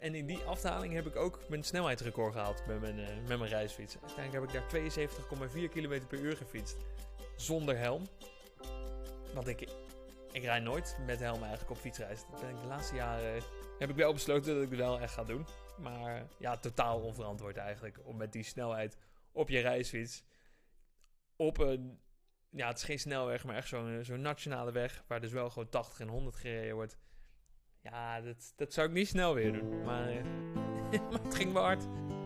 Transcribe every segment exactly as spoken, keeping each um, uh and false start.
En in die afdaling heb ik ook mijn snelheidsrecord gehaald met mijn, uh, met mijn reisfiets. Uiteindelijk heb ik daar tweeënzeventig komma vier kilometer per uur gefietst. Zonder helm. Want ik, ik rijd nooit met helm eigenlijk op fietsreis. Dat ben ik de laatste jaren heb ik wel besloten dat ik het wel echt ga doen. Maar ja, totaal onverantwoord eigenlijk. Om met die snelheid op je reisfiets. Op een, ja het is geen snelweg, maar echt zo'n, zo'n nationale weg. Waar dus wel gewoon tachtig en honderd gereden wordt. Ja, dat, dat zou ik niet snel weer doen. Maar, uh, maar het ging wel hard.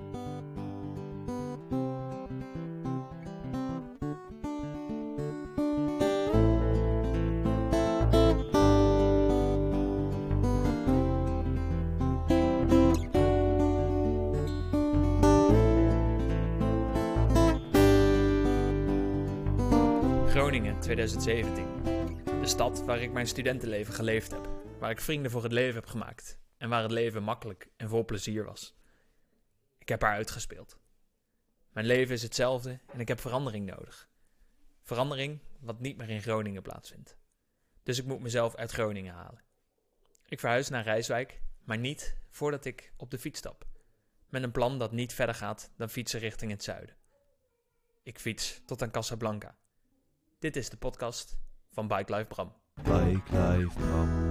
Groningen, twintig zeventien. De stad waar ik mijn studentenleven geleefd heb. Waar ik vrienden voor het leven heb gemaakt. En waar het leven makkelijk en vol plezier was. Ik heb haar uitgespeeld. Mijn leven is hetzelfde en ik heb verandering nodig. Verandering wat niet meer in Groningen plaatsvindt. Dus ik moet mezelf uit Groningen halen. Ik verhuis naar Rijswijk, maar niet voordat ik op de fiets stap. Met een plan dat niet verder gaat dan fietsen richting het zuiden. Ik fiets tot aan Casablanca. Dit is de podcast van Bike Life Bram. Bike Life Bram.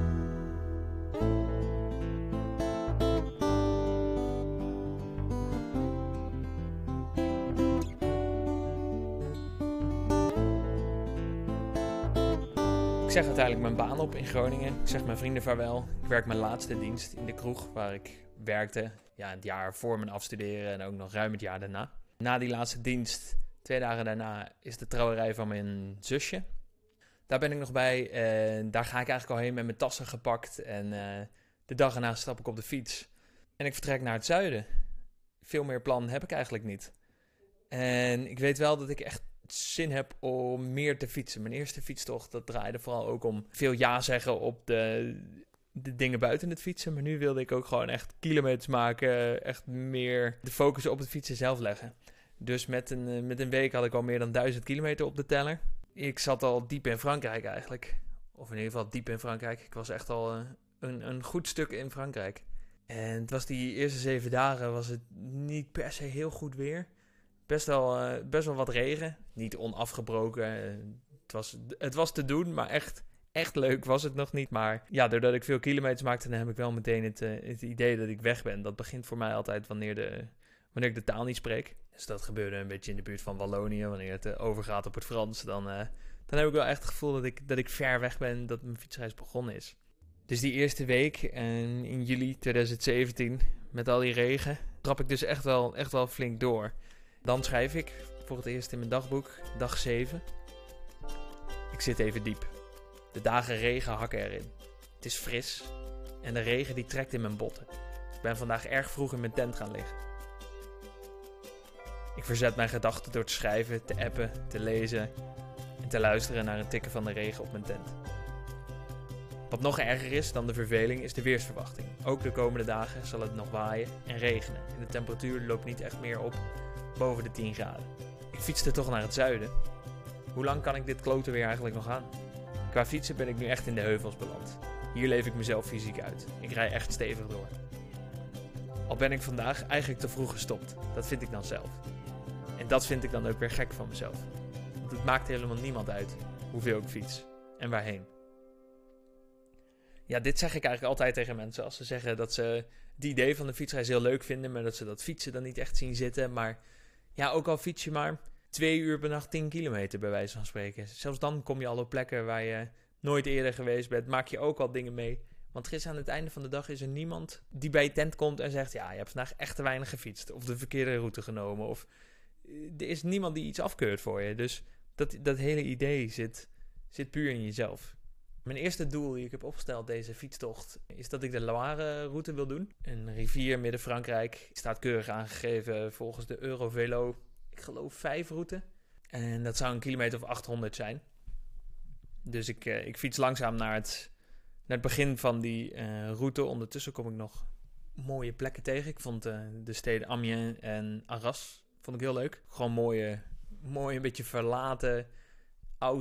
Ik zeg uiteindelijk mijn baan op in Groningen. Ik zeg mijn vrienden vaarwel. Ik werk mijn laatste dienst in de kroeg waar ik werkte. Ja, het jaar voor mijn afstuderen en ook nog ruim het jaar daarna. Na die laatste dienst, twee dagen daarna, is de trouwerij van mijn zusje. Daar ben ik nog bij en daar ga ik eigenlijk al heen met mijn tassen gepakt. En uh, de dag erna stap ik op de fiets. En ik vertrek naar het zuiden. Veel meer plan heb ik eigenlijk niet. En ik weet wel dat ik echt zin heb om meer te fietsen. Mijn eerste fietstocht, dat draaide vooral ook om veel ja zeggen op de, de dingen buiten het fietsen. Maar nu wilde ik ook gewoon echt kilometers maken. Echt meer de focus op het fietsen zelf leggen. Dus met een, met een week had ik al meer dan duizend kilometer op de teller. Ik zat al diep in Frankrijk eigenlijk. Of in ieder geval diep in Frankrijk. Ik was echt al uh, een, een goed stuk in Frankrijk. En het was die eerste zeven dagen was het niet per se heel goed weer. Best wel, uh, best wel wat regen. Niet onafgebroken. Uh, het, was, het was te doen, maar echt, echt leuk was het nog niet. Maar ja, doordat ik veel kilometers maakte, dan heb ik wel meteen het, uh, het idee dat ik weg ben. Dat begint voor mij altijd wanneer, de, wanneer ik de taal niet spreek. Dus dat gebeurde een beetje in de buurt van Wallonië. Wanneer het uh, overgaat op het Frans, dan, uh, dan heb ik wel echt het gevoel dat ik, dat ik ver weg ben, dat mijn fietsreis begonnen is. Dus die eerste week uh, in juli twintig zeventien, met al die regen, trap ik dus echt wel, echt wel flink door. Dan schrijf ik voor het eerst in mijn dagboek, dag zeven. Ik zit even diep. De dagen regen hakken erin. Het is fris en de regen die trekt in mijn botten. Ik ben vandaag erg vroeg in mijn tent gaan liggen. Ik verzet mijn gedachten door te schrijven, te appen, te lezen en te luisteren naar het tikken van de regen op mijn tent. Wat nog erger is dan de verveling is de weersverwachting. Ook de komende dagen zal het nog waaien en regenen en de temperatuur loopt niet echt meer op boven de tien graden. Ik fietste toch naar het zuiden. Hoe lang kan ik dit kloten weer eigenlijk nog aan? Qua fietsen ben ik nu echt in de heuvels beland. Hier leef ik mezelf fysiek uit. Ik rij echt stevig door. Al ben ik vandaag eigenlijk te vroeg gestopt. Dat vind ik dan zelf. En dat vind ik dan ook weer gek van mezelf. Want het maakt helemaal niemand uit hoeveel ik fiets en waarheen. Ja, dit zeg ik eigenlijk altijd tegen mensen als ze zeggen dat ze het idee van de fietsreis heel leuk vinden, maar dat ze dat fietsen dan niet echt zien zitten. Maar ja, ook al fiets je maar twee uur per nacht tien kilometer bij wijze van spreken. Zelfs dan kom je al op plekken waar je nooit eerder geweest bent. Maak je ook al dingen mee. Want er is aan het einde van de dag is er niemand die bij je tent komt en zegt, ja, je hebt vandaag echt te weinig gefietst. Of de verkeerde route genomen. Of er is niemand die iets afkeurt voor je. Dus dat, dat hele idee zit, zit puur in jezelf. Mijn eerste doel die ik heb opgesteld deze fietstocht is dat ik de Loire-route wil doen. Een rivier midden Frankrijk. Staat keurig aangegeven volgens de Eurovelo, ik geloof vijf route. En dat zou een kilometer of achthonderd zijn. Dus ik, uh, ik fiets langzaam naar het, naar het begin van die uh, route. Ondertussen kom ik nog mooie plekken tegen. Ik vond uh, de steden Amiens en Arras vond ik heel leuk. Gewoon mooie, mooie een beetje verlaten,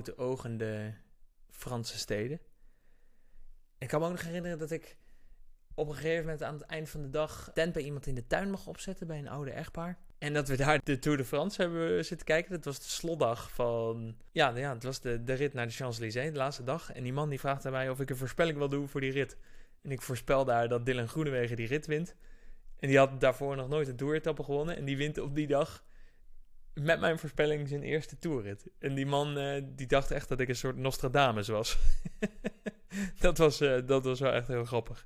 oud-ogende Franse steden. Ik kan me ook nog herinneren dat ik op een gegeven moment aan het eind van de dag tent bij iemand in de tuin mag opzetten, bij een oude echtpaar. En dat we daar de Tour de France hebben zitten kijken. Dat was de slotdag van... Ja, ja het was de, de rit naar de Champs-Élysées, de laatste dag. En die man die vraagt aan mij of ik een voorspelling wil doen voor die rit. En ik voorspel daar dat Dylan Groenewegen die rit wint. En die had daarvoor nog nooit een Tour-etappe gewonnen. En die wint op die dag met mijn voorspelling zijn eerste Tourrit. En die man uh, die dacht echt dat ik een soort Nostradamus was. dat, was uh, dat was wel echt heel grappig.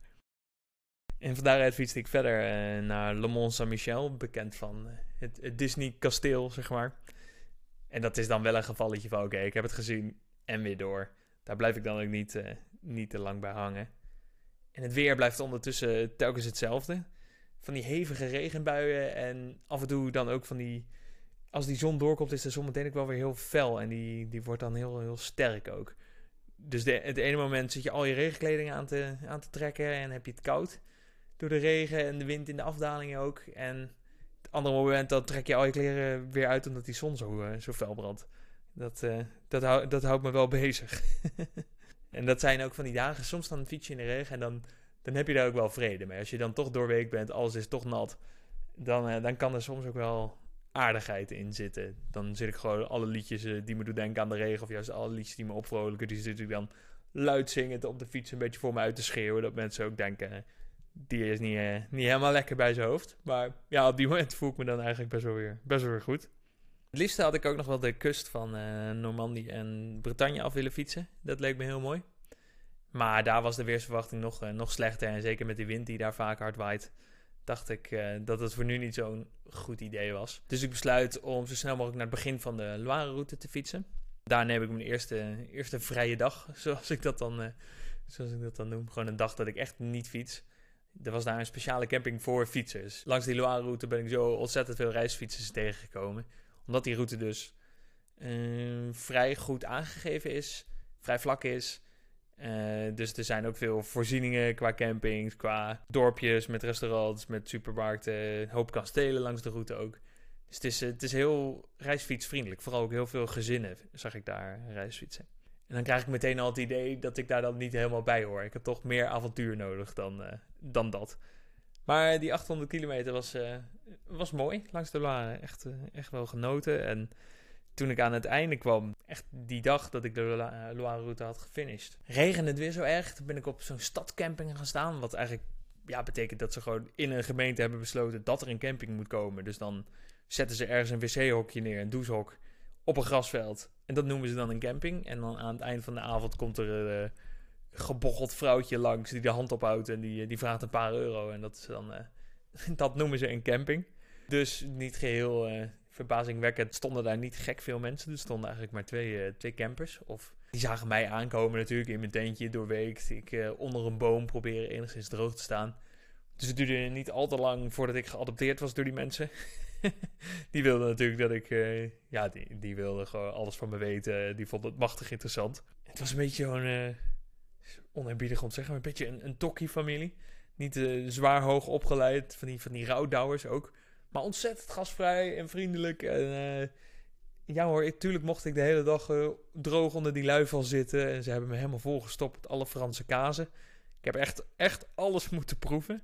En van daaruit fietste ik verder uh, naar Le Mont Saint-Michel, bekend van uh, het, het Disney-kasteel, zeg maar. En dat is dan wel een gevalletje van, oké, okay, ik heb het gezien en weer door. Daar blijf ik dan ook niet, uh, niet te lang bij hangen. En het weer blijft ondertussen telkens hetzelfde. Van die hevige regenbuien en af en toe dan ook van die... Als die zon doorkomt is de zon meteen ook wel weer heel fel en die, die wordt dan heel, heel sterk ook. Dus de, het ene moment zit je al je regenkleding aan te, aan te trekken en heb je het koud door de regen en de wind in de afdalingen ook. En het andere moment dan trek je al je kleren weer uit omdat die zon zo, uh, zo fel brandt. Dat, uh, dat, hou, dat houdt me wel bezig. En dat zijn ook van die dagen, soms dan fiets je in de regen en dan, dan heb je daar ook wel vrede mee. Als je dan toch doorweekt bent, alles is toch nat, dan, uh, dan kan er soms ook wel aardigheid in zitten. Dan zit ik gewoon alle liedjes uh, die me doen denken aan de regen, of juist alle liedjes die me opvrolijken, die zit ik dan luid zingend op de fiets een beetje voor me uit te schreeuwen, dat mensen ook denken, uh, die is niet, uh, niet helemaal lekker bij zijn hoofd. Maar ja, op die moment voel ik me dan eigenlijk best wel weer, best wel weer goed. Het liefste had ik ook nog wel de kust van uh, Normandië en Bretagne af willen fietsen. Dat leek me heel mooi. Maar daar was de weersverwachting nog, uh, nog slechter. En zeker met die wind die daar vaak hard waait, dacht ik uh, dat het voor nu niet zo'n goed idee was. Dus ik besluit om zo snel mogelijk naar het begin van de Loire-route te fietsen. Daar neem ik mijn eerste, eerste vrije dag, zoals ik, dat dan, uh, zoals ik dat dan noem. Gewoon een dag dat ik echt niet fiets. Er was daar een speciale camping voor fietsers. Langs die Loire-route ben ik zo ontzettend veel reisfietsers tegengekomen. Omdat die route dus uh, vrij goed aangegeven is, vrij vlak is. Uh, dus er zijn ook veel voorzieningen qua campings, qua dorpjes met restaurants, met supermarkten, een hoop kastelen langs de route ook. Dus het is, uh, het is heel reisfietsvriendelijk. Vooral ook heel veel gezinnen zag ik daar reisfietsen. En dan krijg ik meteen al het idee dat ik daar dan niet helemaal bij hoor. Ik heb toch meer avontuur nodig dan, uh, dan dat. Maar die achthonderd kilometer was, uh, was mooi langs de Loire. Echt, uh, echt wel genoten. En toen ik aan het einde kwam, echt die dag dat ik de Loire-route had gefinished, regende het weer zo erg. Toen ben ik op zo'n stadcamping gaan staan. Wat eigenlijk ja, betekent dat ze gewoon in een gemeente hebben besloten dat er een camping moet komen. Dus dan zetten ze ergens een wc-hokje neer, een douchehok, op een grasveld. En dat noemen ze dan een camping. En dan aan het eind van de avond komt er een uh, gebocheld vrouwtje langs die de hand ophoudt en die, die vraagt een paar euro. En dat is dan, uh, dat noemen ze een camping. Dus niet geheel uh, verbazingwekkend stonden daar niet gek veel mensen. Er stonden eigenlijk maar twee, uh, twee campers. Of die zagen mij aankomen natuurlijk in mijn tentje doorweekt. Ik uh, onder een boom proberen enigszins droog te staan. Dus het duurde niet al te lang voordat ik geadopteerd was door die mensen. Die wilden natuurlijk dat ik... Uh, ja, die, die wilden gewoon alles van me weten. Die vonden het machtig interessant. Het was een beetje zo'n... Uh, oneerbiedig om te zeggen, maar een beetje een, een tokkie-familie. Niet uh, zwaar hoog opgeleid, van die, van die rouwdouwers ook. Maar ontzettend gastvrij en vriendelijk. En uh, ja hoor, ik, tuurlijk mocht ik de hele dag uh, droog onder die luifel zitten. En ze hebben me helemaal volgestopt met alle Franse kazen. Ik heb echt, echt alles moeten proeven.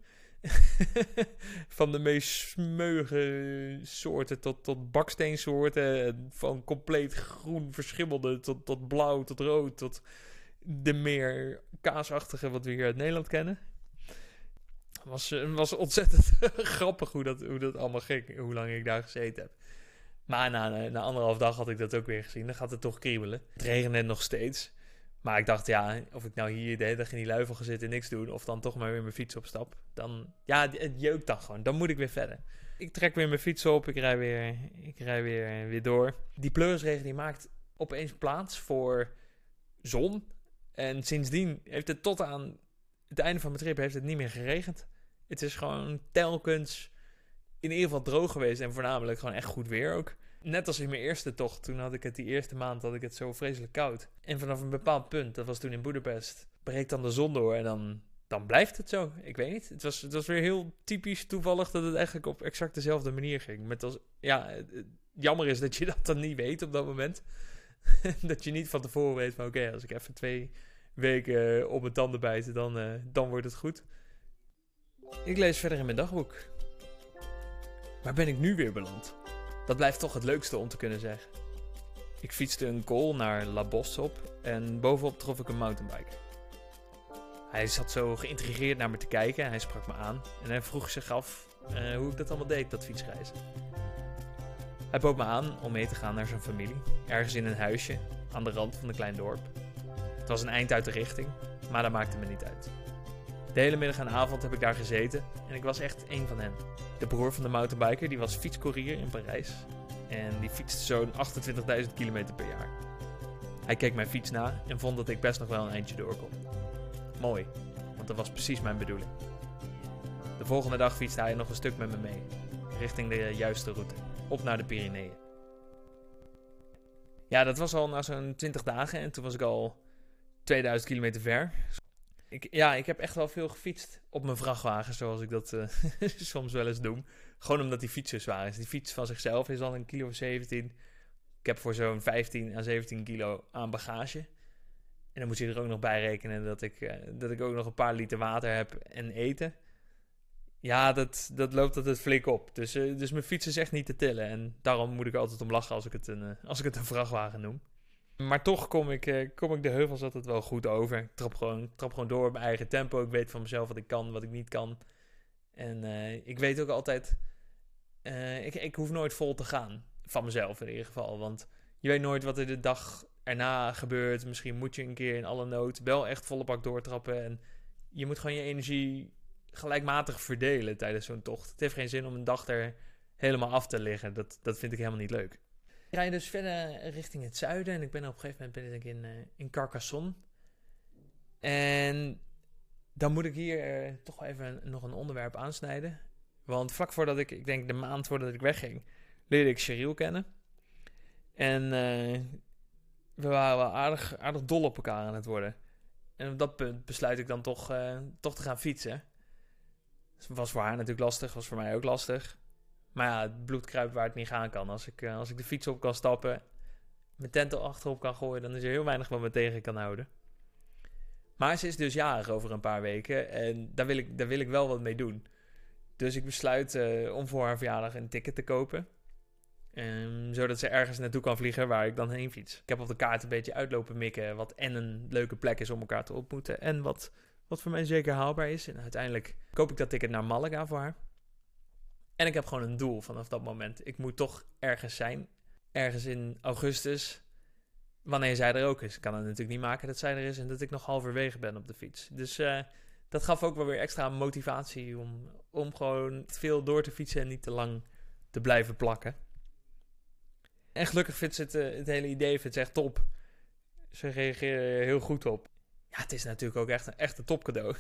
Van de meest smeuige soorten tot, tot baksteensoorten. Van compleet groen verschimmelde tot, tot blauw, tot rood, tot de meer kaasachtige wat we hier uit Nederland kennen. Het was, was ontzettend grappig hoe dat, hoe dat allemaal ging, hoe lang ik daar gezeten heb. Maar na, na anderhalf dag had ik dat ook weer gezien. Dan gaat het toch kriebelen. Het regende nog steeds. Maar ik dacht, ja, of ik nou hier de hele dag in die luifel ga zitten en niks doen, of dan toch maar weer mijn fiets opstap. Dan, ja, het jeukt dan gewoon. Dan moet ik weer verder. Ik trek weer mijn fiets op. Ik rij weer, ik rij weer, weer door. Die pleurisregen die maakt opeens plaats voor zon. En sindsdien heeft het tot aan het einde van mijn trip heeft het niet meer geregend. Het is gewoon telkens in ieder geval droog geweest en voornamelijk gewoon echt goed weer ook. Net als in mijn eerste tocht, toen had ik het die eerste maand had ik het zo vreselijk koud. En vanaf een bepaald punt, dat was toen in Boedapest, breekt dan de zon door en dan, dan blijft het zo. Ik weet niet. Het was, het was weer heel typisch toevallig dat het eigenlijk op exact dezelfde manier ging. Met als, ja, het, jammer is dat je dat dan niet weet op dat moment. Dat je niet van tevoren weet van oké, okay, als ik even twee weken op mijn tanden bijten, dan, uh, dan wordt het goed. Ik lees verder in mijn dagboek. Waar ben ik nu weer beland? Dat blijft toch het leukste om te kunnen zeggen. Ik fietste een col naar La Bosse op en bovenop trof ik een mountainbiker. Hij zat zo geïntrigeerd naar me te kijken, hij sprak me aan en hij vroeg zich af uh, hoe ik dat allemaal deed, dat fietsreizen. Hij bood me aan om mee te gaan naar zijn familie, ergens in een huisje aan de rand van een klein dorp. Het was een eind uit de richting, maar dat maakte me niet uit. De hele middag en avond heb ik daar gezeten en ik was echt één van hen. De broer van de mountainbiker die was fietscourier in Parijs en die fietste zo'n achtentwintigduizend kilometer per jaar. Hij keek mijn fiets na en vond dat ik best nog wel een eindje door kon. Mooi, want dat was precies mijn bedoeling. De volgende dag fietste hij nog een stuk met me mee, richting de juiste route, op naar de Pyreneeën. Ja, dat was al na zo'n twintig dagen en toen was ik al tweeduizend kilometer ver. Ik, ja, ik heb echt wel veel gefietst op mijn vrachtwagen, zoals ik dat uh, soms wel eens doe. Gewoon omdat die fiets zo zwaar is. Die fiets van zichzelf is al een kilo of zeventien. Ik heb voor zo'n vijftien à zeventien kilo aan bagage. En dan moet je er ook nog bij rekenen dat ik, uh, dat ik ook nog een paar liter water heb en eten. Ja, dat, dat loopt altijd flink op. Dus, uh, dus mijn fiets is echt niet te tillen. En daarom moet ik altijd om lachen als ik het een, uh, als ik het een vrachtwagen noem. Maar toch kom ik, uh, kom ik de heuvels altijd wel goed over. Ik trap gewoon, trap gewoon door op mijn eigen tempo. Ik weet van mezelf wat ik kan, wat ik niet kan. En uh, ik weet ook altijd... Uh, ik, ik hoef nooit vol te gaan. Van mezelf in ieder geval. Want je weet nooit wat er de dag erna gebeurt. Misschien moet je een keer in alle nood wel echt volle bak doortrappen. En je moet gewoon je energie gelijkmatig verdelen tijdens zo'n tocht. Het heeft geen zin om een dag er helemaal af te liggen. Dat, dat vind ik helemaal niet leuk. Ik rijd dus verder richting het zuiden. En ik ben op een gegeven moment ben ik in, uh, in Carcassonne. En dan moet ik hier uh, toch wel even nog een onderwerp aansnijden. Want vlak voordat ik, ik denk de maand voordat ik wegging, leerde ik Cheryl kennen. En uh, we waren wel aardig, aardig dol op elkaar aan het worden. En op dat punt besluit ik dan toch, uh, toch te gaan fietsen. Was voor haar natuurlijk lastig, was voor mij ook lastig. Maar ja, het bloed kruipt waar het niet gaan kan. Als ik, uh, als ik de fiets op kan stappen, mijn tent achterop kan gooien, dan is er heel weinig wat me tegen kan houden. Maar ze is dus jarig over een paar weken en daar wil ik, daar wil ik wel wat mee doen. Dus ik besluit uh, om voor haar verjaardag een ticket te kopen. Um, zodat ze ergens naartoe kan vliegen waar ik dan heen fiets. Ik heb op de kaart een beetje uitlopen mikken wat en een leuke plek is om elkaar te ontmoeten. En wat, wat voor mij zeker haalbaar is. En uiteindelijk koop ik dat ticket naar Malaga voor haar. En ik heb gewoon een doel vanaf dat moment. Ik moet toch ergens zijn. Ergens in augustus. Wanneer zij er ook is. Ik kan het natuurlijk niet maken dat zij er is en dat ik nog halverwege ben op de fiets. Dus uh, dat gaf ook wel weer extra motivatie om, om gewoon veel door te fietsen en niet te lang te blijven plakken. En gelukkig vindt ze het, uh, het hele idee vindt ze echt top. Ze reageren er heel goed op. Ja, het is natuurlijk ook echt een, echt een topcadeau.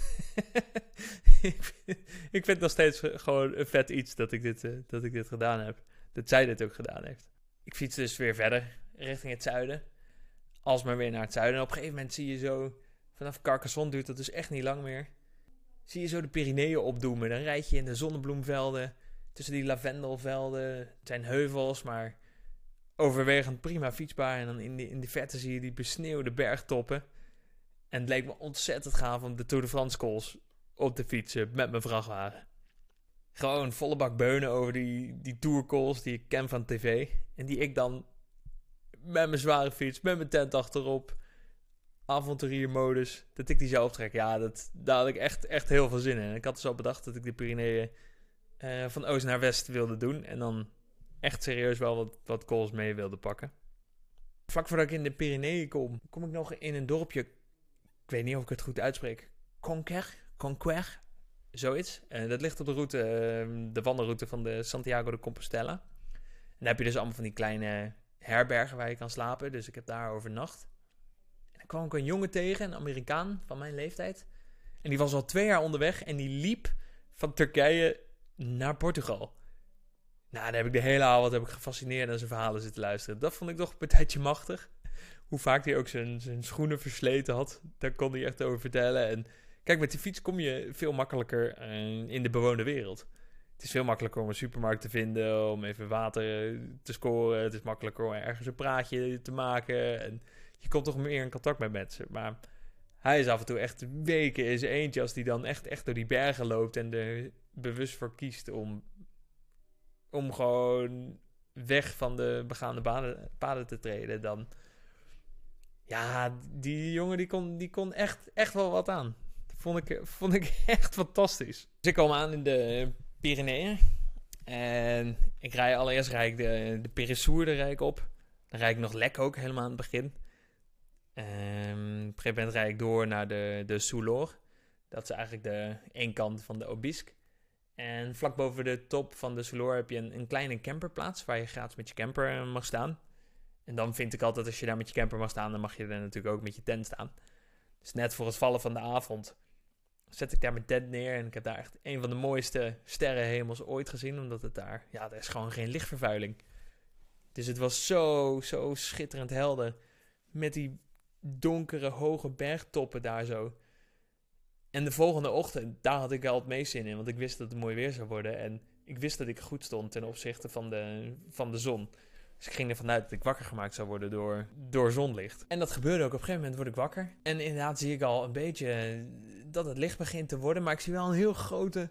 ik, vind, ik vind het nog steeds gewoon een vet iets dat ik, dit, uh, dat ik dit gedaan heb. Dat zij dit ook gedaan heeft. Ik fiets dus weer verder richting het zuiden. Alsmaar weer naar het zuiden. En op een gegeven moment zie je zo... Vanaf Carcassonne duurt dat dus echt niet lang meer. Zie je zo de Pyreneeën opdoemen. Dan rijd je in de zonnebloemvelden. Tussen die lavendelvelden. Het zijn heuvels, maar overwegend prima fietsbaar. En dan in de, in de verte zie je die besneeuwde bergtoppen. En het leek me ontzettend gaaf om de Tour de France calls op te fietsen met mijn vrachtwagen. Gewoon volle bak beunen over die, die Tour calls die ik ken van tv. En die ik dan met mijn zware fiets, met mijn tent achterop, avonturiermodus, dat ik die zou optrekken. Ja, dat, daar had ik echt, echt heel veel zin in. En ik had dus al bedacht dat ik de Pyreneeën uh, van oost naar west wilde doen. En dan echt serieus wel wat, wat calls mee wilde pakken. Vlak voordat ik in de Pyreneeën kom, kom ik nog in een dorpje. Ik weet niet of ik het goed uitspreek. Conquer? Conquer? Zoiets. Uh, dat ligt op de route, uh, de wandelroute van de Santiago de Compostela. En dan heb je dus allemaal van die kleine herbergen waar je kan slapen. Dus ik heb daar overnacht. En dan kwam ik een jongen tegen, een Amerikaan van mijn leeftijd. En die was al twee jaar onderweg en die liep van Turkije naar Portugal. Nou, daar heb ik de hele avond heb ik gefascineerd naar zijn verhalen zitten luisteren. Dat vond ik toch een partijtje machtig. Hoe vaak hij ook zijn, zijn schoenen versleten had, daar kon hij echt over vertellen. En kijk, met die fiets kom je veel makkelijker uh, in de bewoonde wereld. Het is veel makkelijker om een supermarkt te vinden, om even water te scoren. Het is makkelijker om ergens een praatje te maken. En je komt toch meer in contact met mensen. Maar Hij is af en toe echt weken in zijn eentje als hij dan echt, echt door die bergen loopt en er bewust voor kiest om, om gewoon weg van de begaande paden, paden te treden. Dan, ja, die jongen die kon, die kon echt, echt wel wat aan. Dat vond ik, vond ik echt fantastisch. Dus ik kom aan in de Pyreneeën. En ik rij allereerst rij ik de, de Péressourde rij ik op. Dan rijd ik nog Lek ook, helemaal aan het begin. Um, op een gegeven moment rijd ik door naar de, de Soulor. Dat is eigenlijk de één kant van de Aubisque. En vlak boven de top van de Soulor heb je een, een kleine camperplaats waar je gratis met je camper mag staan. En dan vind ik altijd, als je daar met je camper mag staan, dan mag je er natuurlijk ook met je tent staan. Dus net voor het vallen van de avond zet ik daar mijn tent neer. En ik heb daar echt een van de mooiste sterrenhemels ooit gezien. Omdat het daar, ja, er is gewoon geen lichtvervuiling. Dus het was zo, zo schitterend helder. Met die donkere, hoge bergtoppen daar zo. En de volgende ochtend, daar had ik al het meest zin in. Want ik wist dat het mooi weer zou worden. En ik wist dat ik goed stond ten opzichte van de, van de zon. Dus ik ging ervan uit dat ik wakker gemaakt zou worden door, door zonlicht. En dat gebeurde ook. Op een gegeven moment word ik wakker. En inderdaad zie ik al een beetje dat het licht begint te worden. Maar ik zie wel een heel grote,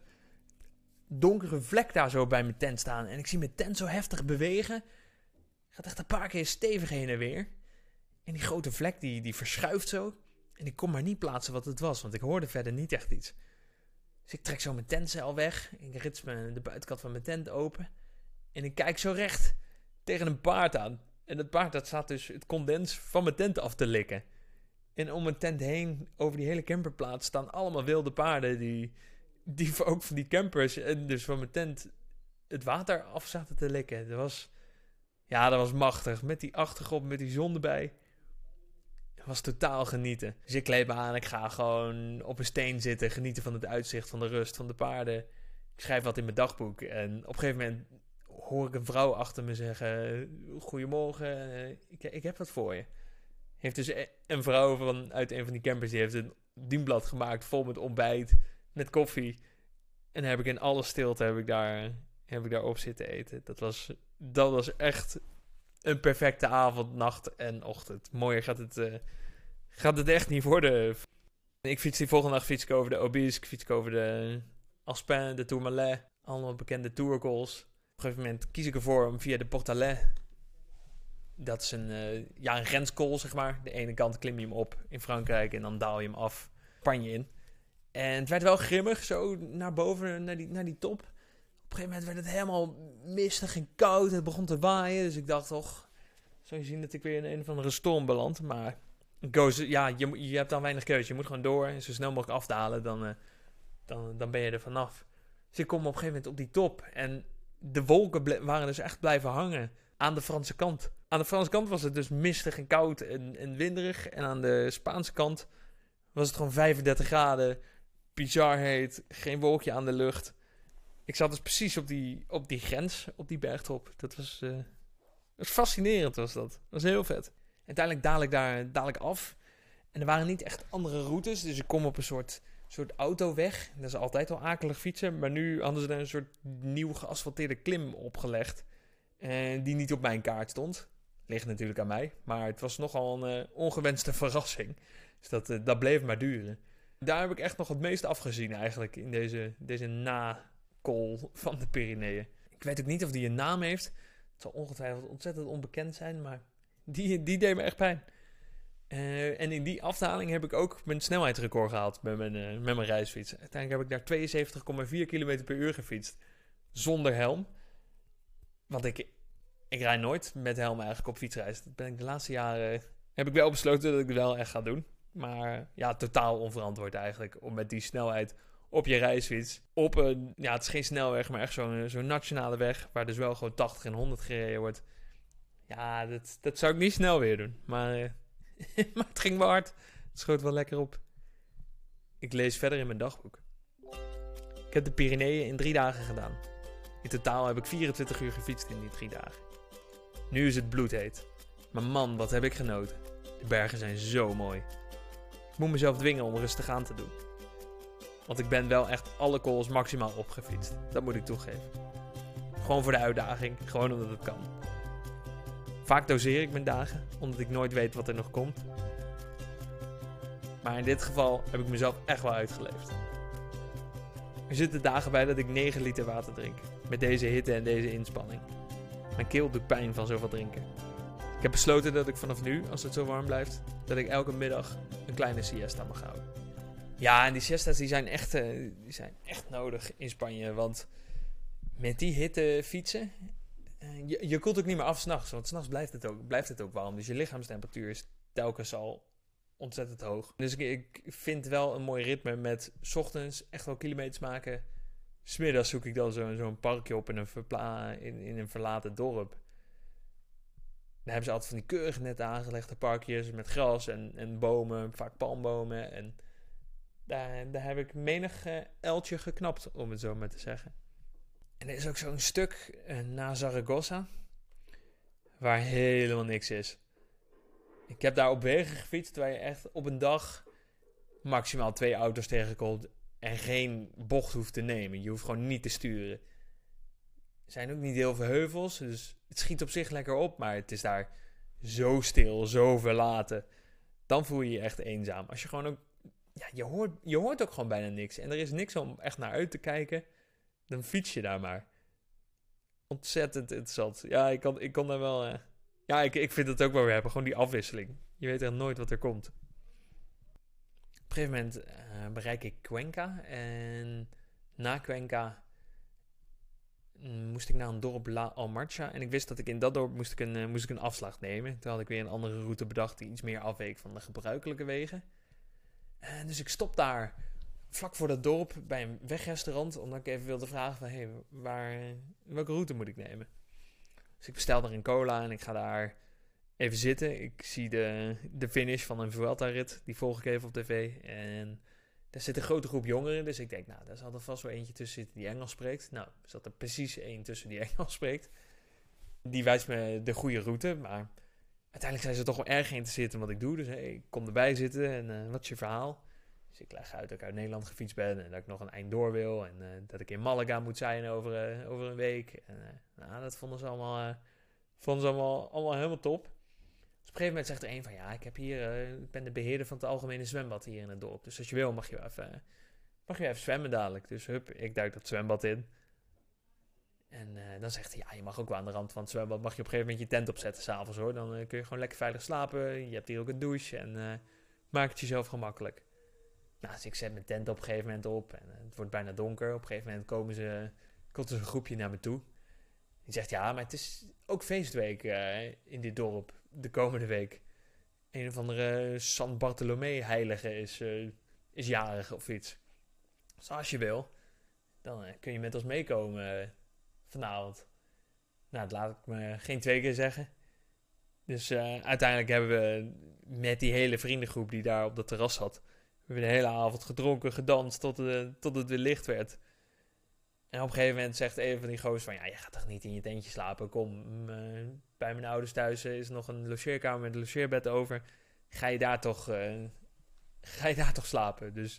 donkere vlek daar zo bij mijn tent staan. En ik zie mijn tent zo heftig bewegen. Gaat echt een paar keer stevig heen en weer. En die grote vlek die, die verschuift zo. En ik kon maar niet plaatsen wat het was. Want ik hoorde verder niet echt iets. Dus ik trek zo mijn tentzeil weg. Ik rits me de buitenkant van mijn tent open. En ik kijk zo recht tegen een paard aan. En dat paard dat staat dus het condens van mijn tent af te likken. En om mijn tent heen, over die hele camperplaats, staan allemaal wilde paarden. Die, die ook van die campers en dus van mijn tent het water af zaten te likken. Dat was, ja, dat was machtig. Met die achtergrond, met die zon erbij. Het was totaal genieten. Dus ik kleed me aan, ik ga gewoon op een steen zitten, genieten van het uitzicht, van de rust, van de paarden. Ik schrijf wat in mijn dagboek. En op een gegeven moment hoor ik een vrouw achter me zeggen: goedemorgen, ik, ik heb wat voor je. Heeft dus een vrouw van, uit een van die campers, die heeft een dienblad gemaakt vol met ontbijt, met koffie. En dan heb ik in alle stilte heb ik daar, heb ik daar op zitten eten. Dat was, dat was echt een perfecte avond, nacht en ochtend. Mooier gaat het, uh, gaat het echt niet worden. Ik fiets die volgende dag fiets ik over de Aubisque, fiets ik over de Aspin, de Tourmalet. Allemaal bekende tourcalls. Op een gegeven moment kies ik ervoor om via de Portalet. Dat is een, uh, ja, een grenscall, zeg maar. De ene kant klim je hem op in Frankrijk en dan daal je hem af Spanje in. En het werd wel grimmig, zo naar boven, naar die, naar die top. Op een gegeven moment werd het helemaal mistig en koud. Het begon te waaien, dus ik dacht toch, zou je zien dat ik weer in een of andere storm beland. Maar goes, ja, je, je hebt dan weinig keuze. Je moet gewoon door en zo snel mogelijk afdalen, dan, uh, dan, dan ben je er vanaf. Dus ik kom op een gegeven moment op die top. En de wolken ble- waren dus echt blijven hangen aan de Franse kant. Aan de Franse kant was het dus mistig en koud en, en winderig. En aan de Spaanse kant was het gewoon vijfendertig graden. Bizar heet, geen wolkje aan de lucht. Ik zat dus precies op die, op die grens, op die bergtop. Dat was, uh, dat was fascinerend, was dat. Dat was heel vet. Uiteindelijk daal ik daar daal ik af. En er waren niet echt andere routes. Dus ik kom op een soort, soort autoweg. Dat is altijd al akelig fietsen. Maar nu hadden ze er een soort nieuw geasfalteerde klim opgelegd. Uh, die niet op mijn kaart stond. Ligt natuurlijk aan mij. Maar het was nogal een uh, ongewenste verrassing. Dus dat, uh, dat bleef maar duren. Daar heb ik echt nog het meest afgezien eigenlijk. In deze, deze na-call van de Pyreneeën. Ik weet ook niet of die een naam heeft. Het zal ongetwijfeld ontzettend onbekend zijn. Maar die, die deed me echt pijn. Uh, en in die afdaling heb ik ook mijn snelheidsrecord gehaald met mijn, uh, met mijn reisfiets. Uiteindelijk heb ik daar tweeënzeventig komma vier kilometer per uur gefietst. Zonder helm. Want ik, ik rijd nooit met helm eigenlijk op fietsreis. Dat ben ik de laatste jaren, heb ik wel besloten dat ik het wel echt ga doen. Maar ja, totaal onverantwoord eigenlijk. Om met die snelheid op je reisfiets. Op een, ja, het is geen snelweg, maar echt zo'n, zo'n nationale weg. Waar dus wel gewoon tachtig en honderd gereden wordt. Ja, dat, dat zou ik niet snel weer doen. Maar, uh, maar het ging wel hard. Het schoot wel lekker op. Ik lees verder in mijn dagboek. Ik heb de Pyreneeën in drie dagen gedaan. In totaal heb ik vierentwintig uur gefietst in die drie dagen. Nu is het bloedheet. Maar man, wat heb ik genoten. De bergen zijn zo mooi. Ik moet mezelf dwingen om rustig aan te doen. Want ik ben wel echt alle calls maximaal opgefietst. Dat moet ik toegeven. Gewoon voor de uitdaging. Gewoon omdat het kan. Vaak doseer ik mijn dagen. Omdat ik nooit weet wat er nog komt. Maar in dit geval heb ik mezelf echt wel uitgeleefd. Er zitten dagen bij dat ik negen liter water drink. Met deze hitte en deze inspanning. Mijn keel doet pijn van zoveel drinken. Ik heb besloten dat ik vanaf nu, als het zo warm blijft, dat ik elke middag een kleine siesta mag houden. Ja, en die siesta's die zijn, echt, uh, die zijn echt nodig in Spanje. Want met die hitte fietsen, uh, je, je koelt ook niet meer af 's nachts. Want 's nachts blijft het ook, blijft het ook warm. Dus je lichaamstemperatuur is telkens al ontzettend hoog. Dus ik, ik vind wel een mooi ritme met 's ochtends echt wel kilometers maken. 's middags zoek ik dan zo, zo'n parkje op in een, verpla- in, in een verlaten dorp. Daar hebben ze altijd van die keurig net aangelegde parkjes met gras en, en bomen, vaak palmbomen. En daar, daar heb ik menig uh, uiltje geknapt, om het zo maar te zeggen. En er is ook zo'n stuk uh, na Zaragoza, waar helemaal niks is. Ik heb daar op wegen gefietst waar je echt op een dag maximaal twee auto's tegenkomt en geen bocht hoeft te nemen. Je hoeft gewoon niet te sturen. Er zijn ook niet heel veel heuvels, dus het schiet op zich lekker op, maar het is daar zo stil, zo verlaten. Dan voel je je echt eenzaam. Als je gewoon ook, ja, je hoort, je hoort ook gewoon bijna niks en er is niks om echt naar uit te kijken, dan fiets je daar maar. Ontzettend interessant. Ja, ik kan, ik kon daar wel, uh, ja, ik, ik vind het ook wel weer hebben, gewoon die afwisseling. Je weet echt nooit wat er komt. Op een gegeven moment uh, bereik ik Cuenca en na Cuenca moest ik naar een dorp La Almarcha. En ik wist dat ik in dat dorp moest ik een, uh, moest ik een afslag nemen. Toen had ik weer een andere route bedacht die iets meer afweek van de gebruikelijke wegen. En dus ik stop daar vlak voor dat dorp bij een wegrestaurant. Omdat ik even wilde vragen van, hey, waar, welke route moet ik nemen? Dus ik bestel er een cola en ik ga daar even zitten. Ik zie de, de finish van een Vuelta-rit. Die volg ik even op tv. En daar zit een grote groep jongeren, dus ik denk, nou, daar zal er vast wel eentje tussen zitten die Engels spreekt. Nou, er zat er precies één tussen die Engels spreekt. Die wijst me de goede route, maar uiteindelijk zijn ze toch wel erg geïnteresseerd in wat ik doe. Dus hey, ik kom erbij zitten en uh, wat is je verhaal? Dus ik leg uit dat ik uit Nederland gefietst ben en dat ik nog een eind door wil. En uh, dat ik in Malaga moet zijn over, uh, over een week. En uh, nou, dat vonden ze allemaal, uh, vonden ze allemaal, allemaal helemaal top. Dus op een gegeven moment zegt er een van, ja, ik heb hier, uh, ik ben de beheerder van het algemene zwembad hier in het dorp. Dus als je wil mag je even, mag je even zwemmen dadelijk. Dus hup, ik duik dat zwembad in. En uh, dan zegt hij, ja, je mag ook wel aan de rand van het zwembad, mag je op een gegeven moment je tent opzetten s'avonds hoor. Dan uh, kun je gewoon lekker veilig slapen. Je hebt hier ook een douche en uh, maak het jezelf gemakkelijk. Nou, dus ik zet mijn tent op een gegeven moment op en uh, het wordt bijna donker. Op een gegeven moment komen ze, komt er een groepje naar me toe. Die zegt, ja, maar het is ook feestweek uh, in dit dorp de komende week. Een of andere San Bartolomé heilige is, uh, is jarig of iets. Dus als je wil, dan uh, kun je met ons meekomen uh, vanavond. Nou, dat laat ik me geen twee keer zeggen. Dus uh, uiteindelijk hebben we met die hele vriendengroep die daar op dat terras zat, we hebben de hele avond gedronken, gedanst tot, uh, tot het weer licht werd. En op een gegeven moment zegt een van die goos van, ja, je gaat toch niet in je tentje slapen? Kom, uh, bij mijn ouders thuis is nog een logeerkamer met een logeerbed over. Ga je daar toch, uh, ga je daar toch slapen? Dus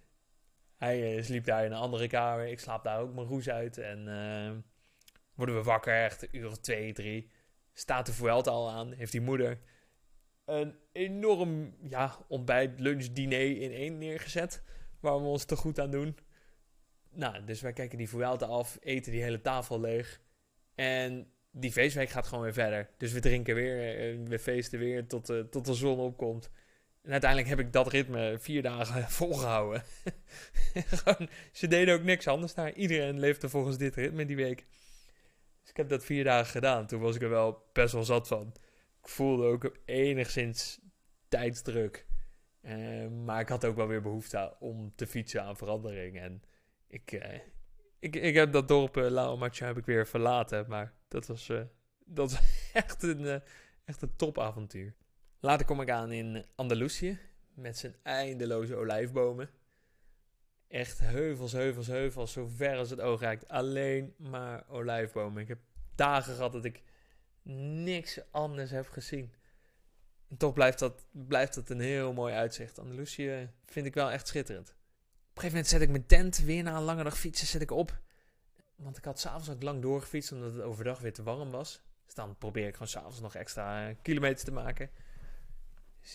hij uh, sliep daar in een andere kamer. Ik slaap daar ook mijn roes uit. En uh, worden we wakker, echt een uur of twee, drie. Staat de Vuelta al aan, heeft die moeder een enorm ja, ontbijt, lunch, diner in één neergezet. Waar we ons te goed aan doen. Nou, dus wij kijken die Vuelta af, eten die hele tafel leeg. En die feestweek gaat gewoon weer verder. Dus we drinken weer, we feesten weer tot, uh, tot de zon opkomt. En uiteindelijk heb ik dat ritme vier dagen volgehouden. Gewoon, ze deden ook niks anders daar. Iedereen leefde volgens dit ritme die week. Dus ik heb dat vier dagen gedaan. Toen was ik er wel best wel zat van. Ik voelde ook enigszins tijdsdruk. Uh, maar ik had ook wel weer behoefte om te fietsen aan verandering. En ik, uh, ik, ik heb dat dorp uh, La Almarcha heb ik weer verlaten. Maar dat was, uh, dat was echt, een, uh, echt een topavontuur. Later kom ik aan in Andalusië. Met zijn eindeloze olijfbomen. Echt heuvels, heuvels, heuvels. Zo ver als het oog reikt. Alleen maar olijfbomen. Ik heb dagen gehad dat ik niks anders heb gezien. En toch blijft dat, blijft dat een heel mooi uitzicht. Andalusië vind ik wel echt schitterend. Op een gegeven moment zet ik mijn tent weer na een lange dag fietsen zet ik op. Want ik had s'avonds ook lang doorgefietst omdat het overdag weer te warm was. Dus dan probeer ik gewoon s'avonds nog extra kilometers te maken. Dus ik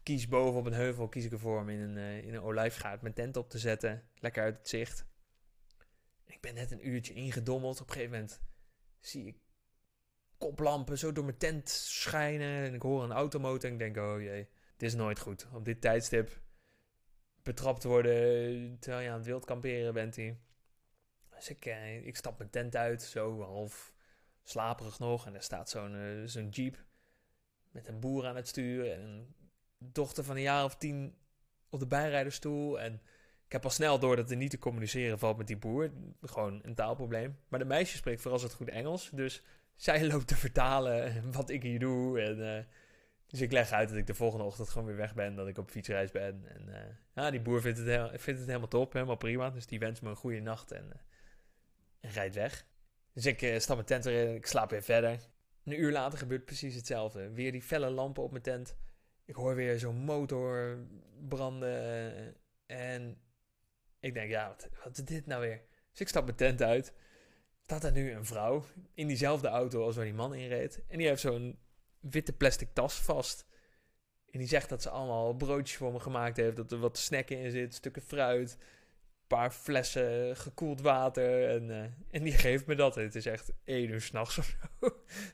kies boven op een heuvel, kies ik ervoor om in een, uh, in een olijfgaard mijn tent op te zetten. Lekker uit het zicht. Ik ben net een uurtje ingedommeld. Op een gegeven moment zie ik koplampen zo door mijn tent schijnen. En ik hoor een automotor en ik denk, oh jee, het is nooit goed. Op dit tijdstip betrapt worden terwijl je aan het wild kamperen bent hier. Dus ik, eh, ik stap mijn tent uit, zo half slaperig nog. En er staat zo'n, uh, zo'n jeep met een boer aan het sturen en een dochter van een jaar of tien op de bijrijdersstoel. En ik heb al snel door dat er niet te communiceren valt met die boer. Gewoon een taalprobleem. Maar de meisje spreekt vooral het goed Engels. Dus zij loopt te vertalen wat ik hier doe. En, uh, dus ik leg uit dat ik de volgende ochtend gewoon weer weg ben. Dat ik op fietsreis ben. En uh, ja, die boer vindt het, heel, vindt het helemaal top. Helemaal prima. Dus die wenst me een goede nacht en, uh, en rijdt weg. Dus ik uh, stap mijn tent erin. Ik slaap weer verder. Een uur later gebeurt precies hetzelfde. Weer die felle lampen op mijn tent. Ik hoor weer zo'n motor branden. Uh, en ik denk, ja, wat, wat is dit nou weer? Dus ik stap mijn tent uit. Staat er nu een vrouw in diezelfde auto als waar die man in reed. En die heeft zo'n witte plastic tas vast. En die zegt dat ze allemaal broodjes voor me gemaakt heeft. Dat er wat snacken in zit, stukken fruit, een paar flessen gekoeld water. En, uh, en die geeft me dat. En het is echt één uur 's nachts of zo.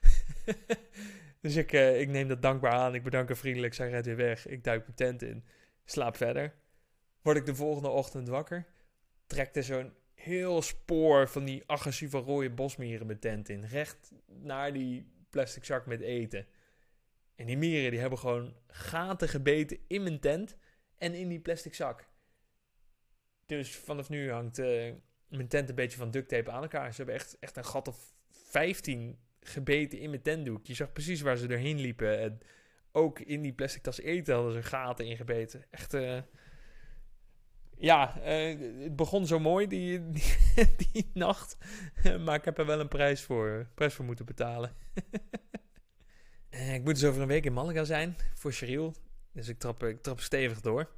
Dus ik, uh, ik neem dat dankbaar aan. Ik bedank haar vriendelijk. Zij rijdt weer weg. Ik duik mijn tent in. Slaap verder. Word ik de volgende ochtend wakker. Trekt er zo'n heel spoor van die agressieve rode bosmieren mijn tent in. Recht naar die plastic zak met eten. En die mieren die hebben gewoon gaten gebeten in mijn tent en in die plastic zak. Dus vanaf nu hangt uh, mijn tent een beetje van duct tape aan elkaar. Ze hebben echt, echt een gat of vijftien gebeten in mijn tentdoek. Je zag precies waar ze doorheen liepen. En ook in die plastic tas eten hadden ze gaten ingebeten. Echt... Uh, Ja, uh, het begon zo mooi, die, die, die nacht. Maar ik heb er wel een prijs voor, prijs voor moeten betalen. uh, ik moet dus over een week in Malaga zijn, voor Cheryl. Dus ik trap, ik trap stevig door.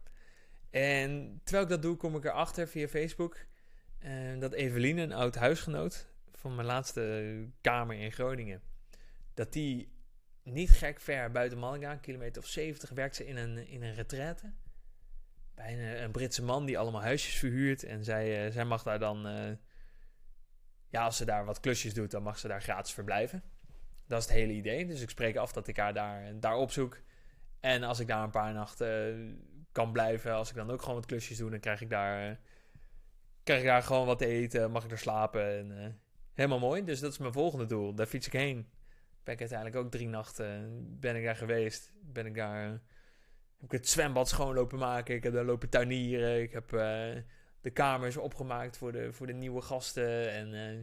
En terwijl ik dat doe, kom ik erachter via Facebook... Uh, dat Eveline, een oud huisgenoot van mijn laatste kamer in Groningen... dat die niet gek ver buiten Malaga, een kilometer of zeventig... werkt ze in een, in een retraite... bij een, een Britse man die allemaal huisjes verhuurt. En zij, uh, zij mag daar dan... Uh, ja, als ze daar wat klusjes doet, dan mag ze daar gratis verblijven. Dat is het hele idee. Dus ik spreek af dat ik haar daar, daar opzoek. En als ik daar een paar nachten uh, kan blijven... als ik dan ook gewoon wat klusjes doe... dan krijg ik daar, uh, krijg ik daar gewoon wat te eten. Mag ik daar slapen. En, uh, helemaal mooi. Dus dat is mijn volgende doel. Daar fiets ik heen. Ben ik uiteindelijk ook drie nachten... ben ik daar geweest. Ben ik daar... Uh, heb ik het zwembad schoon lopen maken. Ik heb daar lopen tuinieren. Ik heb uh, de kamers opgemaakt voor de, voor de nieuwe gasten. En uh,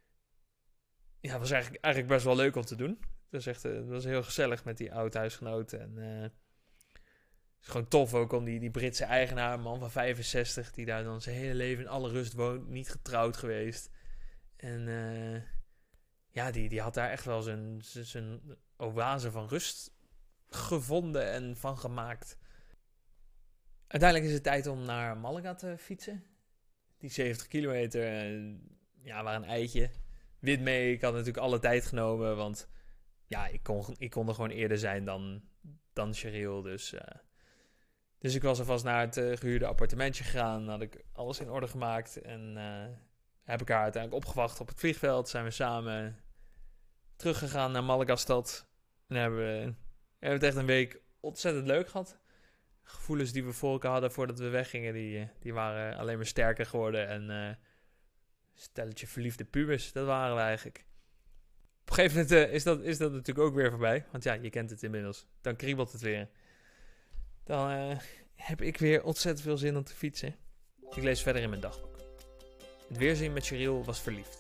ja, het was eigenlijk, eigenlijk best wel leuk om te doen. Het was echt uh, het was heel gezellig met die oud-huisgenoten. En uh, het is gewoon tof ook om die, die Britse eigenaar, een man van vijfenzestig... die daar dan zijn hele leven in alle rust woont. Niet getrouwd geweest. En uh, ja, die, die had daar echt wel zijn, zijn oase van rust gevonden en van gemaakt. Uiteindelijk is het tijd om naar Malaga te fietsen. Die zeventig kilometer, uh, ja, waren een eitje. Wit mee, ik had natuurlijk alle tijd genomen, want ja, ik kon, ik kon er gewoon eerder zijn dan, dan Cheryl. Dus, uh, dus ik was alvast naar het uh, gehuurde appartementje gegaan. Had ik alles in orde gemaakt. En uh, heb ik haar uiteindelijk opgewacht op het vliegveld. Zijn we samen teruggegaan naar Malaga-stad. En hebben we... We hebben het echt een week ontzettend leuk gehad. Gevoelens die we voor elkaar hadden voordat we weggingen, die, die waren alleen maar sterker geworden. En uh, stelletje verliefde pubers, dat waren we eigenlijk. Op een gegeven moment uh, is, dat, is dat natuurlijk ook weer voorbij. Want ja, je kent het inmiddels. Dan kriebelt het weer. Dan uh, heb ik weer ontzettend veel zin om te fietsen. Ik lees verder in mijn dagboek. Het weerzien met Cheryl was verliefd.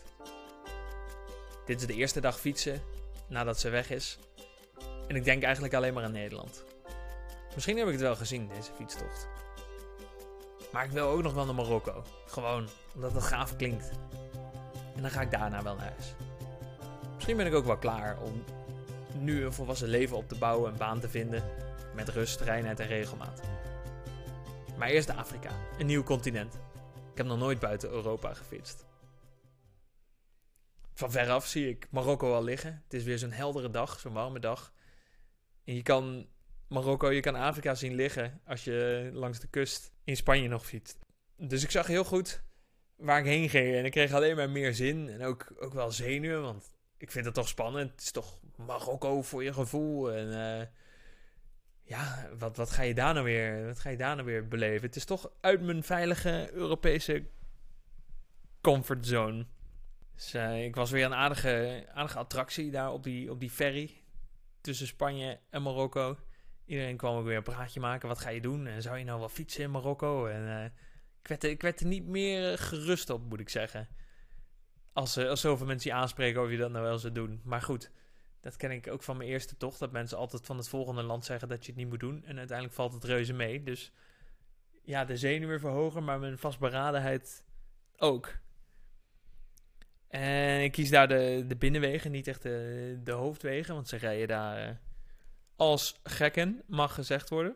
Dit is de eerste dag fietsen nadat ze weg is. En ik denk eigenlijk alleen maar aan Nederland. Misschien heb ik het wel gezien, deze fietstocht. Maar ik wil ook nog wel naar Marokko. Gewoon, omdat het gaaf klinkt. En dan ga ik daarna wel naar huis. Misschien ben ik ook wel klaar om nu een volwassen leven op te bouwen, een baan te vinden. Met rust, reinheid en regelmaat. Maar eerst Afrika, een nieuw continent. Ik heb nog nooit buiten Europa gefietst. Van veraf zie ik Marokko al liggen. Het is weer zo'n heldere dag, zo'n warme dag. En je kan Marokko, je kan Afrika zien liggen als je langs de kust in Spanje nog fietst. Dus ik zag heel goed waar ik heen ging. En ik kreeg alleen maar meer zin. En ook, ook wel zenuwen, want ik vind het toch spannend. Het is toch Marokko voor je gevoel. En uh, ja, wat, wat ga je daar nou weer, wat ga je daar nou weer beleven? Het is toch uit mijn veilige Europese comfortzone. Dus uh, ik was weer een aardige, aardige attractie daar op die, op die ferry tussen Spanje en Marokko. Iedereen kwam ook weer een praatje maken. Wat ga je doen? En zou je nou wel fietsen in Marokko? En uh, ik, werd er, ik werd er niet meer gerust op, moet ik zeggen. Als, uh, als zoveel mensen je aanspreken of je dat nou wel zou doen. Maar goed, dat ken ik ook van mijn eerste tocht. Dat mensen altijd van het volgende land zeggen dat je het niet moet doen. En uiteindelijk valt het reuze mee. Dus ja, de zenuwen verhogen, maar mijn vastberadenheid ook. En ik kies daar de, de binnenwegen, niet echt de, de hoofdwegen. Want ze rijden daar uh, als gekken, mag gezegd worden.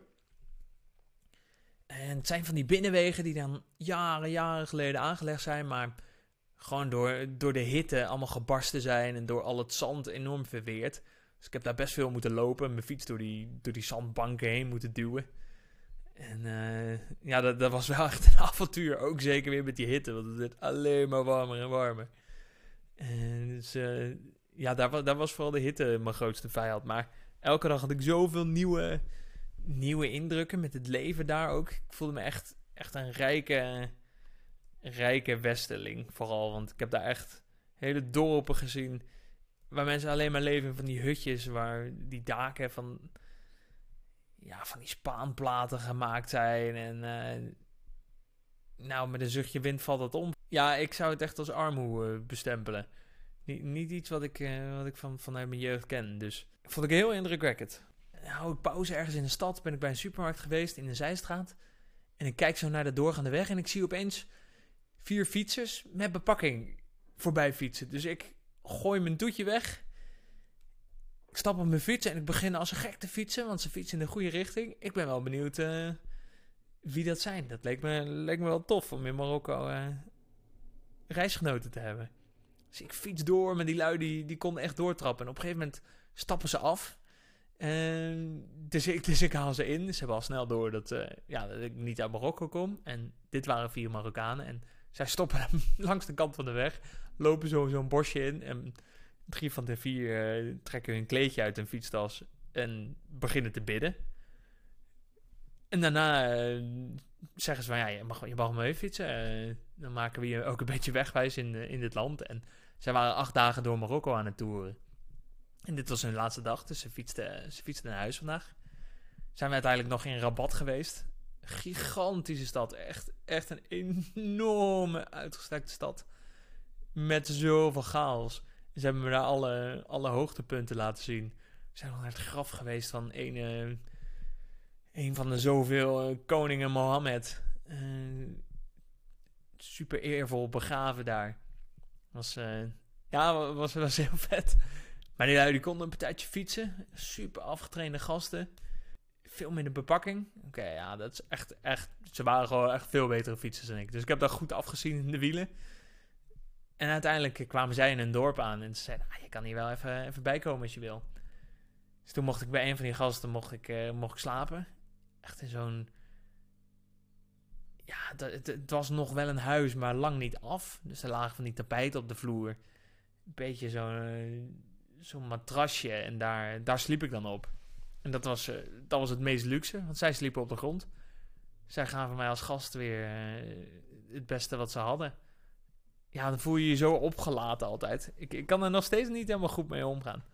En het zijn van die binnenwegen die dan jaren, jaren geleden aangelegd zijn. Maar gewoon door, door de hitte allemaal gebarsten zijn en door al het zand enorm verweerd. Dus ik heb daar best veel moeten lopen en mijn fiets door die, door die zandbanken heen moeten duwen. En uh, ja, dat, dat was wel echt een avontuur. Ook zeker weer met die hitte, want het werd alleen maar warmer en warmer. En dus uh, ja, daar, daar was vooral de hitte mijn grootste vijand. Maar elke dag had ik zoveel nieuwe, nieuwe indrukken met het leven daar ook. Ik voelde me echt, echt een rijke, rijke westerling vooral. Want ik heb daar echt hele dorpen gezien waar mensen alleen maar leven in van die hutjes, waar die daken van, ja, van die spaanplaten gemaakt zijn. En uh, nou, met een zuchtje wind valt dat om. Ja, ik zou het echt als armoede bestempelen. Niet, niet iets wat ik, uh, wat ik van, vanuit mijn jeugd ken. Dus vond ik heel indrukwekkend. Dan hou ik pauze ergens in de stad. Ben ik bij een supermarkt geweest in de Zijstraat. En ik kijk zo naar de doorgaande weg. En ik zie opeens vier fietsers met bepakking voorbij fietsen. Dus ik gooi mijn toetje weg. Ik stap op mijn fiets en ik begin als een gek te fietsen. Want ze fietsen in de goede richting. Ik ben wel benieuwd uh, wie dat zijn. Dat leek me, leek me wel tof om in Marokko uh, reisgenoten te hebben. Dus ik fiets door, maar die lui die, die konden echt doortrappen. En op een gegeven moment stappen ze af. En dus, ik, dus ik haal ze in. Ze hebben al snel door dat, uh, ja, dat ik niet uit Marokko kom. En dit waren vier Marokkanen. En zij stoppen langs de kant van de weg. Lopen zo, zo'n bosje in. En drie van de vier uh, trekken hun kleedje uit hun fietstas. En beginnen te bidden. En daarna uh, zeggen ze van, ja, je mag, je mag mee fietsen. Uh, dan maken we je ook een beetje wegwijs in, uh, in dit land. En zij waren acht dagen door Marokko aan het toeren. En dit was hun laatste dag, dus ze fietsten, ze fietsten naar huis vandaag. Zijn we uiteindelijk nog in Rabat geweest. Gigantische stad, echt, echt een enorme uitgestrekte stad. Met zoveel chaos. Ze hebben me daar alle, alle hoogtepunten laten zien. We zijn nog naar het graf geweest van een, uh, een van de zoveel uh, koningen Mohammed. Uh, super eervol begraven daar. Was, uh, ja, was, was heel vet. Maar die lui die konden een partijtje fietsen. Super afgetrainde gasten. Veel minder bepakking. Oké, okay, ja, dat is echt, echt... Ze waren gewoon echt veel betere fietsers dan ik. Dus ik heb dat goed afgezien in de wielen. En uiteindelijk kwamen zij in een dorp aan. En ze zeiden, ah, je kan hier wel even, even bijkomen als je wil. Dus toen mocht ik bij een van die gasten mocht ik, uh, mocht ik slapen. Echt in zo'n... Ja, het, het, het was nog wel een huis, maar lang niet af. Dus er lagen van die tapijten op de vloer. Een beetje zo'n... Uh, zo'n matrasje en daar, daar sliep ik dan op. En dat was, uh, dat was het meest luxe, want zij sliepen op de grond. Zij gaven mij als gast weer uh, het beste wat ze hadden. Ja, dan voel je je zo opgelaten altijd. Ik, ik kan er nog steeds niet helemaal goed mee omgaan.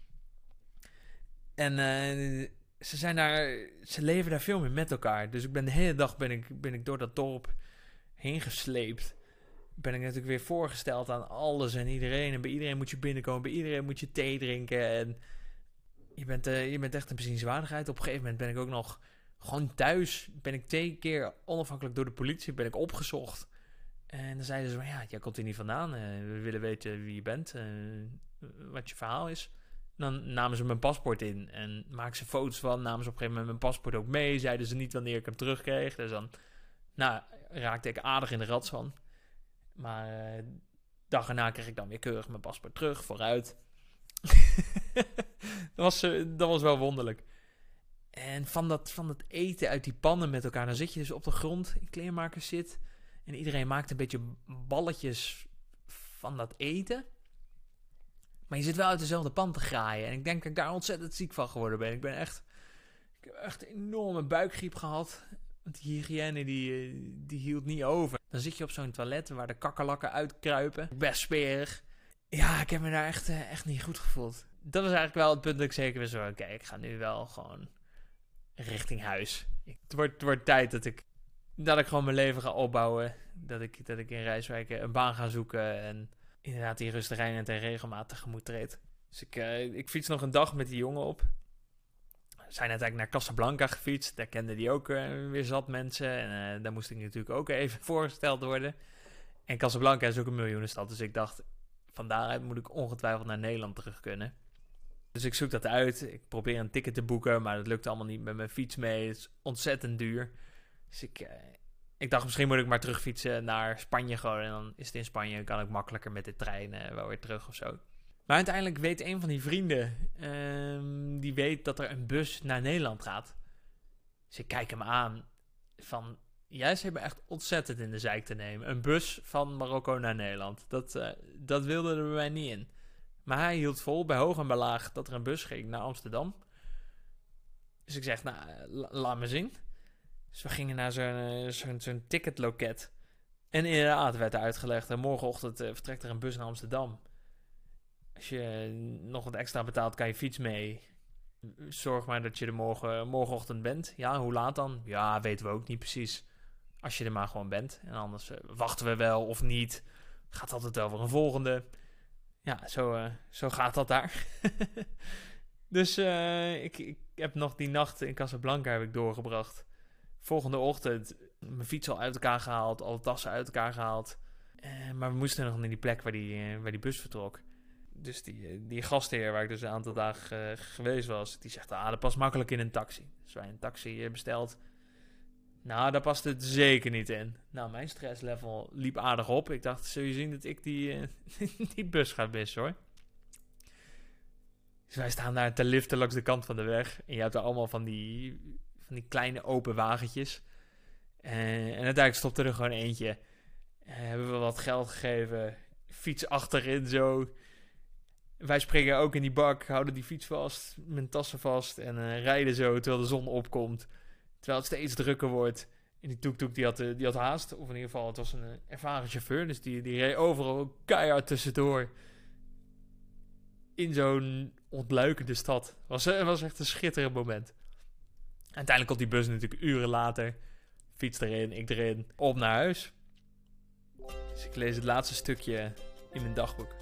En uh, ze zijn daar, ze leven daar veel meer met elkaar. Dus ik ben de hele dag ben ik, ben ik door dat dorp heen gesleept. Ben ik natuurlijk weer voorgesteld aan alles en iedereen. En bij iedereen moet je binnenkomen. Bij iedereen moet je thee drinken. En je bent, uh, je bent echt een bezienswaardigheid. Op een gegeven moment ben ik ook nog gewoon thuis. Ben ik twee keer onafhankelijk door de politie. Ben ik opgezocht. En dan zeiden ze van, ja, jij komt hier niet vandaan. Uh, we willen weten wie je bent. Uh, wat je verhaal is. En dan namen ze mijn paspoort in. En maakten ze foto's van. Namen ze op een gegeven moment mijn paspoort ook mee. Zeiden ze niet wanneer ik hem terugkreeg. Dus dan nou, raakte ik aardig in de rats van. Maar uh, dag erna kreeg ik dan weer keurig mijn paspoort terug, vooruit. dat, was, uh, dat was wel wonderlijk. En van dat, van dat eten uit die pannen met elkaar, dan zit je dus op de grond in kleermakers zit. En iedereen maakt een beetje balletjes van dat eten. Maar je zit wel uit dezelfde pan te graaien. En ik denk dat ik daar ontzettend ziek van geworden ben. Ik ben echt, ik heb echt een enorme buikgriep gehad. Want die hygiëne die, die hield niet over. Dan zit je op zo'n toilet waar de kakkerlakken uitkruipen. Best smerig. Ja, ik heb me daar echt, echt niet goed gevoeld. Dat was eigenlijk wel het punt dat ik zeker wist. Oké, ik ga nu wel gewoon richting huis. Ik, het, wordt, het wordt tijd dat ik, dat ik gewoon mijn leven ga opbouwen. Dat ik, dat ik in Rijswijk een baan ga zoeken. En inderdaad die rustigheid en regelmaat tegemoet treed. Dus ik, uh, ik fiets nog een dag met die jongen op. We zijn uiteindelijk naar Casablanca gefietst. Daar kenden die ook uh, weer zat mensen. En uh, daar moest ik natuurlijk ook even voorgesteld worden. En Casablanca is ook een miljoenenstad. Dus ik dacht, van daaruit moet ik ongetwijfeld naar Nederland terug kunnen. Dus ik zoek dat uit. Ik probeer een ticket te boeken, maar dat lukt allemaal niet met mijn fiets mee. Het is ontzettend duur. Dus ik, uh, ik dacht, misschien moet ik maar terugfietsen naar Spanje gewoon. En dan is het in Spanje, kan ik makkelijker met de trein uh, wel weer terug of zo. Maar uiteindelijk weet een van die vrienden, um, die weet dat er een bus naar Nederland gaat. Dus ik kijk hem aan van, jij ze hebben echt ontzettend in de zeik te nemen. Een bus van Marokko naar Nederland. Dat, uh, dat wilde er bij mij niet in. Maar hij hield vol, bij hoog en bij laag, dat er een bus ging naar Amsterdam. Dus ik zeg, nou, la, laat me zien. Dus we gingen naar zo'n, uh, zo'n, zo'n ticketloket. En inderdaad werd er uitgelegd, uh, morgenochtend uh, vertrekt er een bus naar Amsterdam. Als je nog wat extra betaalt, kan je fiets mee. Zorg maar dat je er morgen, morgenochtend bent. Ja, hoe laat dan? Ja, weten we ook niet precies. Als je er maar gewoon bent. En anders uh, wachten we wel of niet. Gaat altijd over een volgende. Ja, zo, uh, zo gaat dat daar. Dus uh, ik, ik heb nog die nacht in Casablanca heb ik doorgebracht. Volgende ochtend mijn fiets al uit elkaar gehaald. Alle tassen uit elkaar gehaald. Uh, maar we moesten nog naar die plek waar die, uh, waar die bus vertrok. Dus die, die gastheer waar ik dus een aantal dagen uh, geweest was, die zegt, ah, dat past makkelijk in een taxi. Dus wij een taxi besteld. Nou, daar past het zeker niet in. Nou, mijn stresslevel liep aardig op. Ik dacht, zul je zien dat ik die, uh, die bus ga missen, hoor. Dus wij staan daar te liften langs de kant van de weg. En je hebt er allemaal van die, van die kleine open wagentjes. Uh, en uiteindelijk stopte er gewoon eentje. Uh, hebben we wat geld gegeven. Fiets achterin zo. Wij springen ook in die bak, houden die fiets vast, mijn tassen vast en uh, rijden zo terwijl de zon opkomt. Terwijl het steeds drukker wordt. En die toek-toek die had, uh, die had haast, of in ieder geval het was een uh, ervaren chauffeur. Dus die, die reed overal keihard tussendoor. In zo'n ontluikende stad. Het was, uh, was echt een schitterend moment. Uiteindelijk komt die bus natuurlijk uren later. Fiets erin, ik erin, op naar huis. Dus ik lees het laatste stukje in mijn dagboek.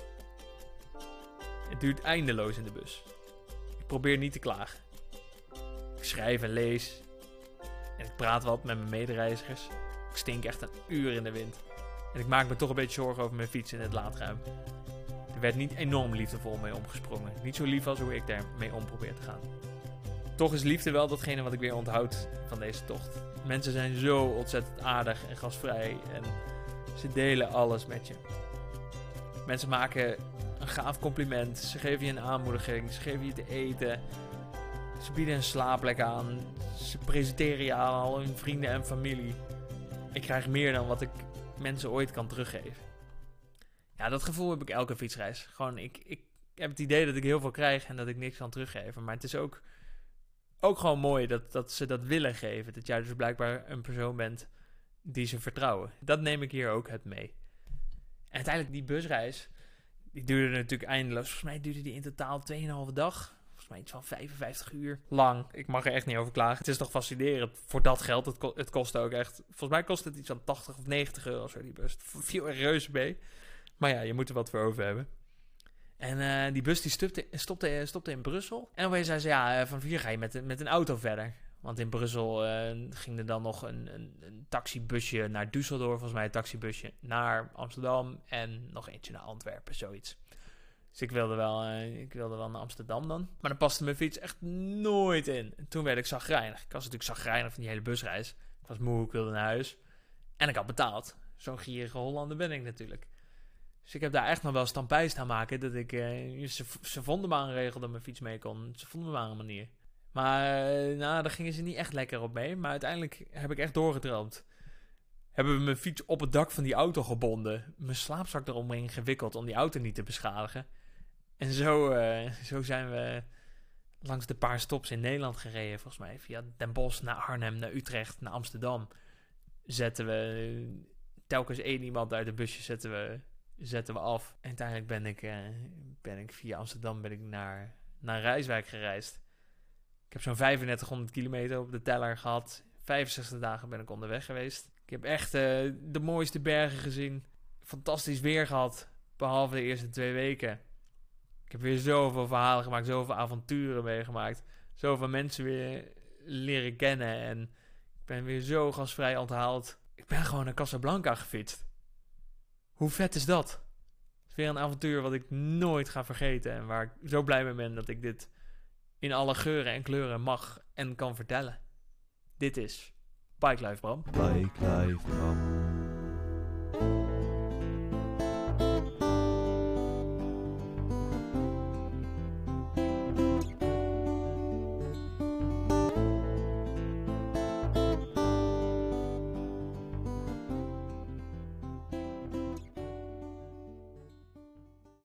Het duurt eindeloos in de bus. Ik probeer niet te klagen. Ik schrijf en lees. En ik praat wat met mijn medereizigers. Ik stink echt een uur in de wind. En ik maak me toch een beetje zorgen over mijn fiets in het laadruim. Er werd niet enorm liefdevol mee omgesprongen. Niet zo lief als hoe ik daarmee om probeer te gaan. Toch is liefde wel datgene wat ik weer onthoud van deze tocht. Mensen zijn zo ontzettend aardig en gastvrij. En ze delen alles met je. Mensen maken een gaaf compliment. Ze geven je een aanmoediging. Ze geven je te eten. Ze bieden een slaapplek aan. Ze presenteren je aan al hun vrienden en familie. Ik krijg meer dan wat ik mensen ooit kan teruggeven. Ja, dat gevoel heb ik elke fietsreis. Gewoon, ik, ik heb het idee dat ik heel veel krijg en dat ik niks kan teruggeven. Maar het is ook, ook gewoon mooi dat, dat ze dat willen geven. Dat jij dus blijkbaar een persoon bent die ze vertrouwen. Dat neem ik hier ook het mee. En uiteindelijk die busreis, die duurde natuurlijk eindeloos. Volgens mij duurde die in totaal twee komma vijf dag. Volgens mij iets van vijfenvijftig uur lang. Ik mag er echt niet over klagen. Het is toch fascinerend. Voor dat geld, het, ko- het kost ook echt... Volgens mij kost het iets van tachtig of negentig euro zo, die bus. Het viel er reuze mee. Maar ja, je moet er wat voor over hebben. En uh, die bus die stopte, stopte, stopte in Brussel. En opeens zei ze, ja, van hier ga je met, met een auto verder. Want in Brussel uh, ging er dan nog een, een, een taxibusje naar Düsseldorf. Volgens mij een taxibusje naar Amsterdam. En nog eentje naar Antwerpen, zoiets. Dus ik wilde wel, uh, ik wilde wel naar Amsterdam dan. Maar dan paste mijn fiets echt nooit in. En toen werd ik chagrijnig. Ik was natuurlijk chagrijnig van die hele busreis. Ik was moe, ik wilde naar huis. En ik had betaald. Zo'n gierige Hollander ben ik natuurlijk. Dus ik heb daar echt nog wel stampij staan maken. Dat ik, uh, ze, ze vonden maar een regel dat mijn fiets mee kon. Ze vonden maar een manier. Maar uh, nou, daar gingen ze niet echt lekker op mee. Maar uiteindelijk heb ik echt doorgedroomd. Hebben we mijn fiets op het dak van die auto gebonden. Mijn slaapzak eromheen gewikkeld om die auto niet te beschadigen. En zo, uh, zo zijn we langs de paar stops in Nederland gereden. Volgens mij via Den Bosch naar Arnhem, naar Utrecht, naar Amsterdam. Zetten we telkens één iemand uit de busje zetten we, zetten we af. En uiteindelijk ben ik, uh, ben ik via Amsterdam ben ik naar, naar Rijswijk gereisd. Ik heb zo'n vijfendertighonderd kilometer op de teller gehad. vijfenzestig dagen ben ik onderweg geweest. Ik heb echt uh, de mooiste bergen gezien. Fantastisch weer gehad. Behalve de eerste twee weken. Ik heb weer zoveel verhalen gemaakt. Zoveel avonturen meegemaakt. Zoveel mensen weer leren kennen. En ik ben weer zo gastvrij onthaald. Ik ben gewoon naar Casablanca gefietst. Hoe vet is dat? Het is weer een avontuur wat ik nooit ga vergeten. En waar ik zo blij mee ben dat ik dit in alle geuren en kleuren mag en kan vertellen. Dit is Bike Life Bram. Bike Life Bram.